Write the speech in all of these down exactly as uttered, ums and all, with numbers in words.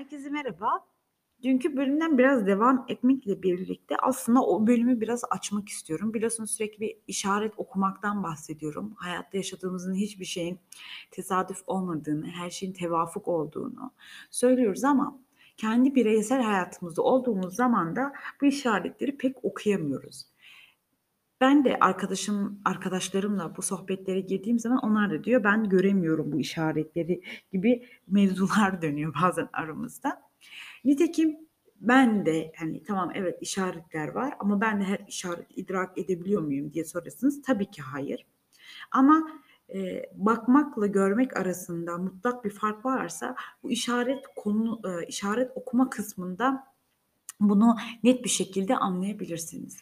Herkese merhaba. Dünkü bölümden biraz devam etmekle birlikte aslında o bölümü biraz açmak istiyorum. Biliyorsunuz sürekli bir işaret okumaktan bahsediyorum. Hayatta yaşadığımızın hiçbir şeyin tesadüf olmadığını, her şeyin tevafuk olduğunu söylüyoruz ama kendi bireysel hayatımızda olduğumuz zaman da bu işaretleri pek okuyamıyoruz. Ben de arkadaşım arkadaşlarımla bu sohbetlere girdiğim zaman onlar da diyor, "Ben göremiyorum bu işaretleri." gibi mevzular dönüyor bazen aramızda. Nitekim ben de, hani, tamam, evet, işaretler var ama ben de her işareti idrak edebiliyor muyum diye sorarsanız tabii ki hayır. Ama, eee, bakmakla görmek arasında mutlak bir fark varsa bu işaret konu eee, işaret okuma kısmında bunu net bir şekilde anlayabilirsiniz.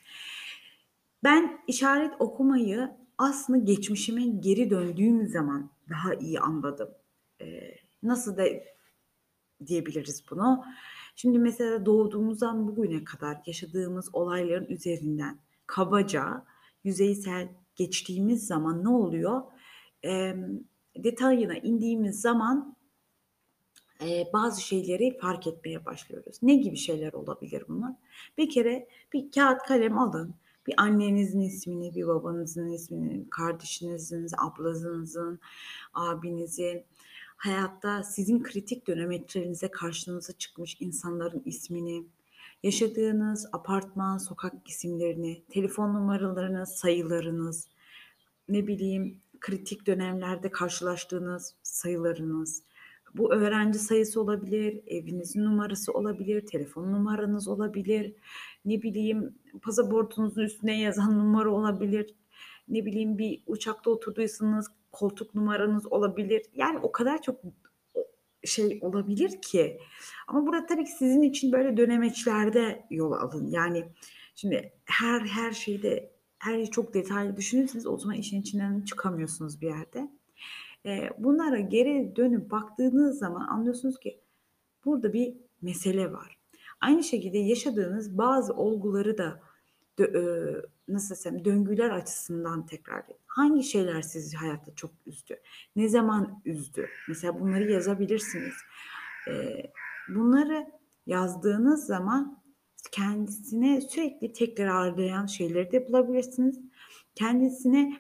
Ben işaret okumayı aslında geçmişime geri döndüğüm zaman daha iyi anladım. Eee, nasıl da diyebiliriz bunu? Şimdi mesela doğduğumuzdan bugüne kadar yaşadığımız olayların üzerinden kabaca, yüzeysel geçtiğimiz zaman ne oluyor? Emm, detayına indiğimiz zaman, eee, bazı şeyleri fark etmeye başlıyoruz. Ne gibi şeyler olabilir bunlar? Bir kere bir kağıt kalem alın, bir annenizin ismini, bir babanızın ismini, kardeşinizin, ablanızın, abinizin, hayatta sizin kritik dönemeçlerinize karşınıza çıkmış insanların ismini, yaşadığınız apartman, sokak isimlerini, telefon numaralarınız, sayılarınız, ne bileyim, kritik dönemlerde karşılaştığınız sayılarınız. Bu öğrenci sayısı olabilir, evinizin numarası olabilir, telefon numaranız olabilir, ne bileyim, pasaportunuzun üstüne yazan numara olabilir, ne bileyim, bir uçakta oturduysanız koltuk numaranız olabilir. Yani o kadar çok o şey olabilir ki ama burada tabii ki sizin için böyle dönemeçlerde yol alın. Yani şimdi her her şeyde her şeyi çok detaylı düşünürseniz o zaman işin içinden çıkamıyorsunuz bir yerde. Eee, bunlara geri dönüp baktığınız zaman anlıyorsunuz ki burada bir mesele var. Aynı şekilde yaşadığınız bazı olguları da dö eee, nasıl desem, döngüler açısından tekrarlayın. Hangi şeyler sizi hayatta çok üzdü? Ne zaman üzdü? Mesela bunları yazabilirsiniz. Eee, bunları yazdığınız zaman kendisine sürekli tekrarlayan şeyleri de bulabilirsiniz. Kendisine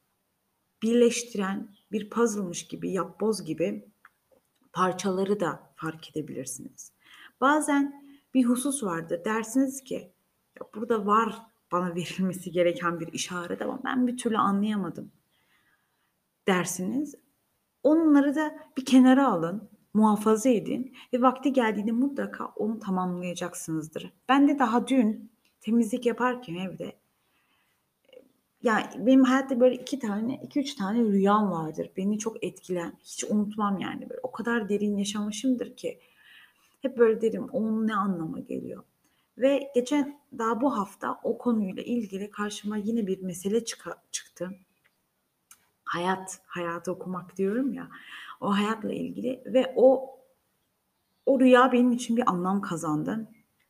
birleştiren bir puzzle'mış gibi, yapboz gibi parçaları da fark edebilirsiniz. Bazen bir husus vardır. Dersiniz ki, "Ya, burada var bana verilmesi gereken bir işaret ama ben bir türlü anlayamadım." dersiniz. Onları da bir kenara alın, muhafaza edin ve vakti geldiğinde mutlaka onu tamamlayacaksınızdır. Ben de daha dün temizlik yaparken evde, ya, benim hayatta böyle iki tane, iki üç tane rüyam vardır. Beni çok etkileyen, hiç unutmam yani böyle. O kadar derin yaşamışımdır ki hep böyle derim, "Onun ne anlama geliyor?" Ve geçen daha bu hafta o konuyla ilgili karşıma yine bir mesele çıka çıktı. Hayat, hayatı okumak diyorum ya, o hayatla ilgili ve o o rüya benim için bir anlam kazandı.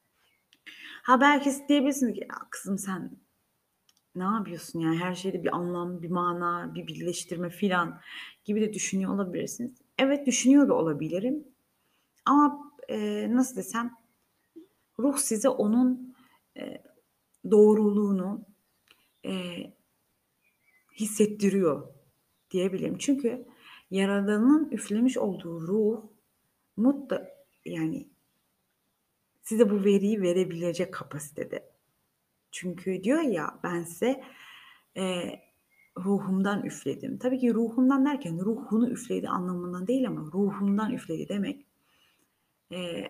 Ha, belki siz diyebilirsiniz ki, "Ya, kızım sen ne yapıyorsun ya? Her şeyde bir anlam, bir mana, bir birleştirme filan." gibi de düşünüyor olabilirsiniz. Evet, düşünüyor da olabilirim ama, eee, nasıl desem, ruh size onun, eee, doğruluğunu, eee, hissettiriyor diyebilirim. Çünkü Yaradan'ın üflemiş olduğu ruh mutla yani size bu veriyi verebilecek kapasitede. Çünkü diyor ya, "Ben size, eee, ruhumdan üfledim." Tabii ki ruhumdan derken ruhunu üfledi anlamında değil ama ruhumdan üfledi demek, eee,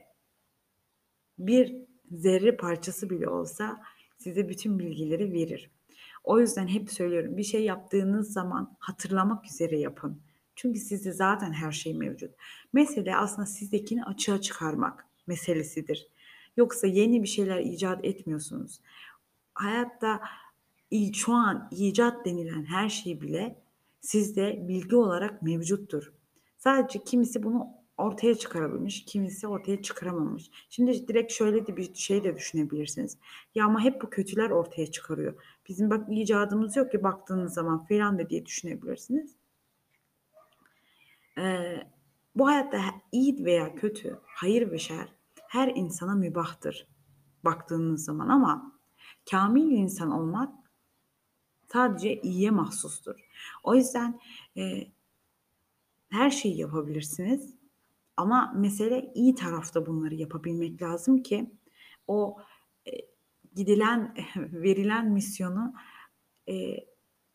bir zerre parçası bile olsa size bütün bilgileri verir. O yüzden hep söylüyorum, bir şey yaptığınız zaman hatırlamak üzere yapın. Çünkü sizde zaten her şey mevcut. Mesele aslında sizdekini açığa çıkarmak meselesidir. Yoksa yeni bir şeyler icat etmiyorsunuz. Hayatta İ şu an icat denilen her şey bile sizde bilgi olarak mevcuttur. Sadece kimisi bunu ortaya çıkarabilmiş, kimisi ortaya çıkaramamış. Şimdi direkt şöyle de bir şey de düşünebilirsiniz. Ya, ama hep bu kötüler ortaya çıkarıyor. Bizim bak icadımız yok ki baktığınız zaman filan da diye düşünebilirsiniz. Eee, Bu hayatta he iyi veya kötü, hayır ve şer her insana mübahtır baktığınız zaman ama kamil insan olmak sadece iyiye mahsustur. O yüzden, eee, her şeyi yapabilirsiniz ama mesele iyi tarafta bunları yapabilmek lazım ki o, eee, gidilen, verilen misyonu, eee,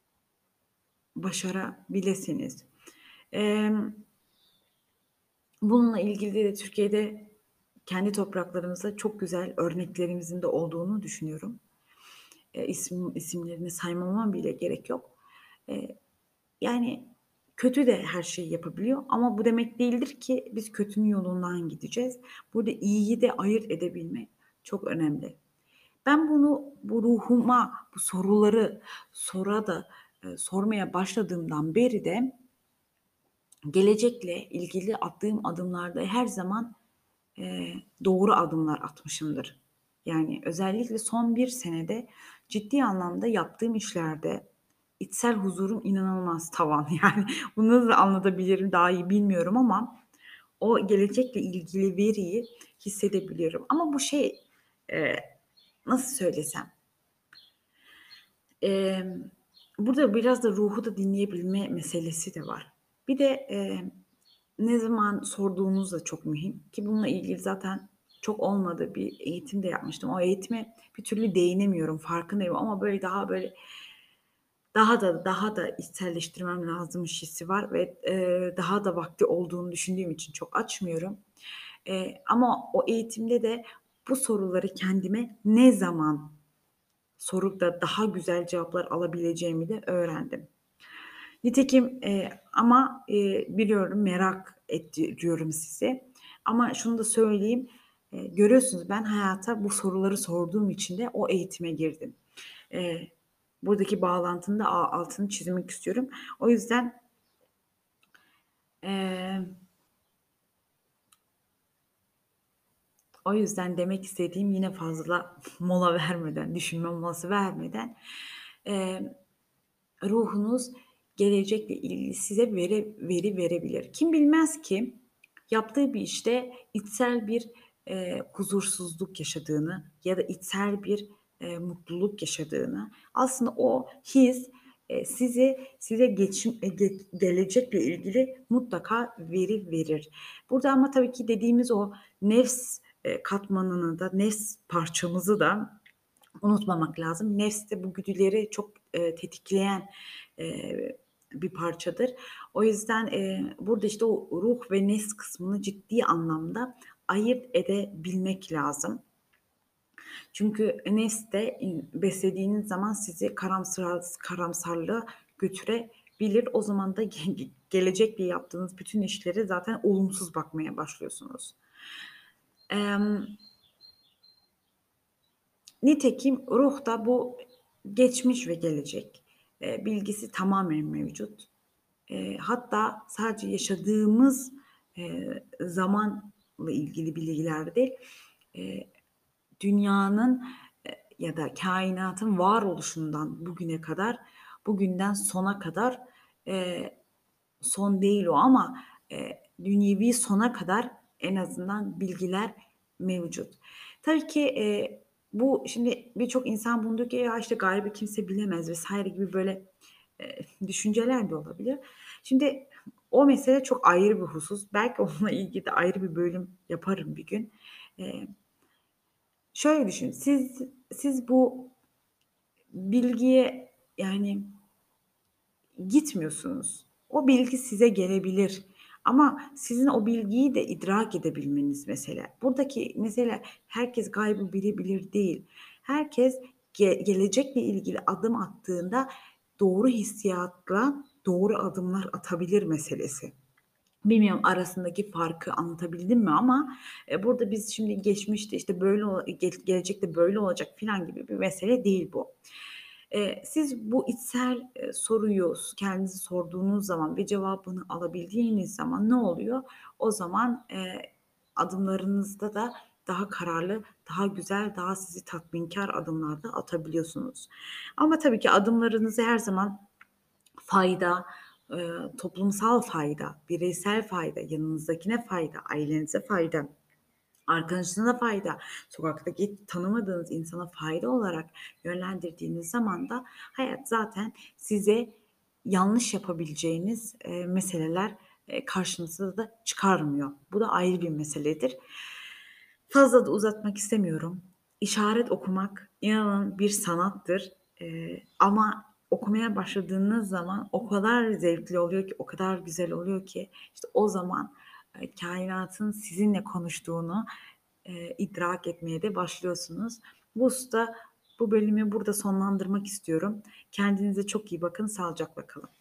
başarabilirsiniz. Emm, bununla ilgili de Türkiye'de kendi topraklarımızda çok güzel örneklerimizin de olduğunu düşünüyorum. Eee, isim isimlerini saymama bile gerek yok. Eee, yani kötü de her şeyi yapabiliyor ama bu demek değildir ki biz kötünün yolundan gideceğiz. Burada iyiyi de ayırt edebilmek çok önemli. Ben bunu, bu ruhuma bu soruları sora da eee, sormaya başladığımdan beri de gelecekle ilgili attığım adımlarda her zaman, eee, doğru adımlar atmışımdır. Yani özellikle son bir senede ciddi anlamda yaptığım işlerde içsel huzurum inanılmaz tavan. Yani bunu nasıl anlatabilirim daha iyi bilmiyorum ama o gelecekle ilgili veriyi hissedebiliyorum. Ama bu şey, eee, nasıl söylesem, emm, burada biraz da ruhu da dinleyebilme meselesi de var. Bir de, emm, ne zaman sorduğunuz da çok mühim ki bununla ilgili zaten çok olmadı bir eğitim de yapmıştım. O eğitime bir türlü değinemiyorum, farkındayım ama böyle daha böyle daha da daha da içselleştirmem lazımmış hissi var ve, eee, daha da vakti olduğunu düşündüğüm için çok açmıyorum. Eee, ama o eğitimde de bu soruları kendime ne zaman sorup da daha güzel cevaplar alabileceğimi de öğrendim. Nitekim, eee, ama, eee, biliyorum merak ettiriyorum sizi ama şunu da söyleyeyim, eee, görüyorsunuz ben hayata bu soruları sorduğum için de o eğitime girdim. Eee, buradaki bağlantının da a altını çizmek istiyorum. O yüzden, emm, o yüzden demek istediğim yine fazla mola vermeden, düşünme molası vermeden, emm ruhunuz gelecekle ilgili size veri veri verebilir. Kim bilmez ki yaptığı bir işte içsel bir, eee, huzursuzluk yaşadığını ya da içsel bir, eee, mutluluk yaşadığını. Aslında o his, eee, sizi size geçim eee, ge gelecekle ilgili mutlaka veri verir. Burada ama tabii ki dediğimiz o nefs, eee, katmanını da, nefs parçamızı da unutmamak lazım. Nefs de bu güdüleri çok, eee, tetikleyen, eee, bir parçadır. O yüzden, eee, burada, işte, o ruh ve nefs kısmını ciddi anlamda ayırt edebilmek lazım. Çünkü nefs de in beslediğiniz zaman sizi karamsar karamsarlığa götürebilir. O zaman da ge gelecekle yaptığınız bütün işlere zaten olumsuz bakmaya başlıyorsunuz. Emm Nitekim ruhta bu geçmiş ve gelecek, eee, bilgisi tamamen mevcut. Eee, hatta sadece yaşadığımız, eee, zamanla ilgili bilgiler değil, eee, dünyanın, eee, ya da kainatın varoluşundan bugüne kadar, bugünden sona kadar, eee, son değil o ama, eee, dünyevi sona kadar en azından bilgiler mevcut. Tabii ki, eee, bu şimdi birçok insan bunu diyor ki ya, işte, gaybı kimse bilemez vesaire gibi böyle, eee, düşünceler de olabilir. Şimdi o mesele çok ayrı bir husus. Belki onunla ilgili de ayrı bir bölüm yaparım bir gün. Eee, şöyle düşünün, siz siz bu bilgiye, yani, gitmiyorsunuz. O bilgi size gelebilir ama sizin o bilgiyi de idrak edebilmeniz mesele. Buradaki mesele herkes gaybı bilebilir değil. Herkes ge gelecekle ilgili adım attığında doğru hissiyatla doğru adımlar atabilir meselesi. Bilmiyorum arasındaki farkı anlatabildim mi ama, eee, burada biz şimdi geçmişte, işte, böyle ola ge gelecekte böyle olacak filan gibi bir mesele değil bu. Eee, siz bu içsel, eee, soruyu s kendinize sorduğunuz zaman ve cevabını alabildiğiniz zaman ne oluyor? O zaman, eee, adımlarınızda da daha kararlı, daha güzel, daha sizi tatminkâr adımlar da atabiliyorsunuz. Ama tabii ki adımlarınızı her zaman fayda, eee, toplumsal fayda, bireysel fayda, yanınızdakine fayda, ailenize fayda, arkadaşınıza fayda, sokaktaki tanımadığınız insana fayda olarak yönlendirdiğiniz zaman da hayat zaten size yanlış yapabileceğiniz, eee, meseleler, eee, karşınıza da çıkarmıyor. Bu da ayrı bir meseledir. Fazla da uzatmak istemiyorum. İşaret okumak inanın bir sanattır, eee, ama okumaya başladığınız zaman o kadar zevkli oluyor ki, o kadar güzel oluyor ki, işte o zaman, eee, kainatın sizinle konuştuğunu, eee, idrak etmeye de başlıyorsunuz. Bu hususta bu bölümü burada sonlandırmak istiyorum. Kendinize çok iyi bakın, sağlıcakla kalın.